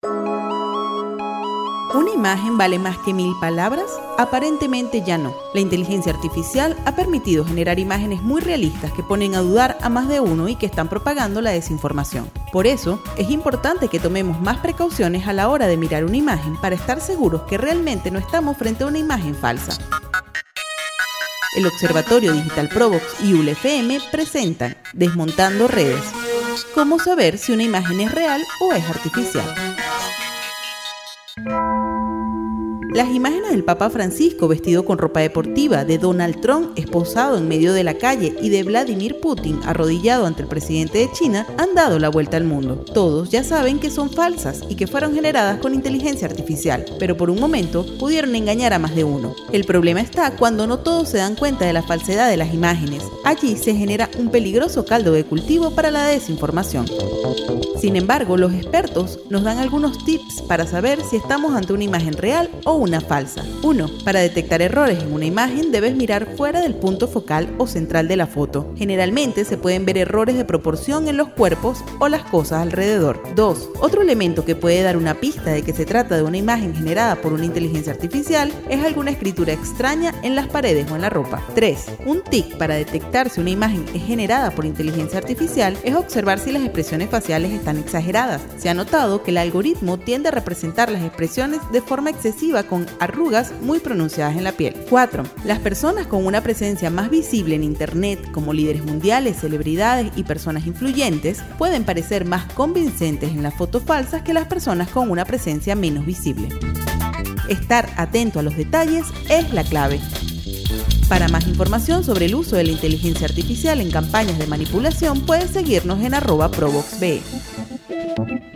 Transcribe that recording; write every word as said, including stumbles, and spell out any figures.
¿Una imagen vale más que mil palabras? Aparentemente ya no. La inteligencia artificial ha permitido generar imágenes muy realistas que ponen a dudar a más de uno y que están propagando la desinformación. Por eso, es importante que tomemos más precauciones a la hora de mirar una imagen para estar seguros que realmente no estamos frente a una imagen falsa. El Observatorio Digital Provox y U L F M presentan Desmontando Redes. ¿Cómo saber si una imagen es real o es artificial? Las imágenes del Papa Francisco vestido con ropa deportiva, de Donald Trump esposado en medio de la calle y de Vladimir Putin arrodillado ante el presidente de China han dado la vuelta al mundo. Todos ya saben que son falsas y que fueron generadas con inteligencia artificial, pero por un momento pudieron engañar a más de uno. El problema está cuando no todos se dan cuenta de la falsedad de las imágenes. Allí se genera un peligroso caldo de cultivo para la desinformación. Sin embargo, los expertos nos dan algunos tips para saber si estamos ante una imagen real o una falsa. uno. Para detectar errores en una imagen debes mirar fuera del punto focal o central de la foto. Generalmente se pueden ver errores de proporción en los cuerpos o las cosas alrededor. dos. Otro elemento que puede dar una pista de que se trata de una imagen generada por una inteligencia artificial es alguna escritura extraña en las paredes o en la ropa. tres. Un tic para detectar si una imagen es generada por inteligencia artificial es observar si las expresiones faciales están exageradas. Se ha notado que el algoritmo tiende a representar las expresiones de forma excesiva con arrugas muy pronunciadas en la piel. cuatro. Las personas con una presencia más visible en Internet, como líderes mundiales, celebridades y personas influyentes, pueden parecer más convincentes en las fotos falsas que las personas con una presencia menos visible. Estar atento a los detalles es la clave. Para más información sobre el uso de la inteligencia artificial en campañas de manipulación, puedes seguirnos en arroba provoxbe.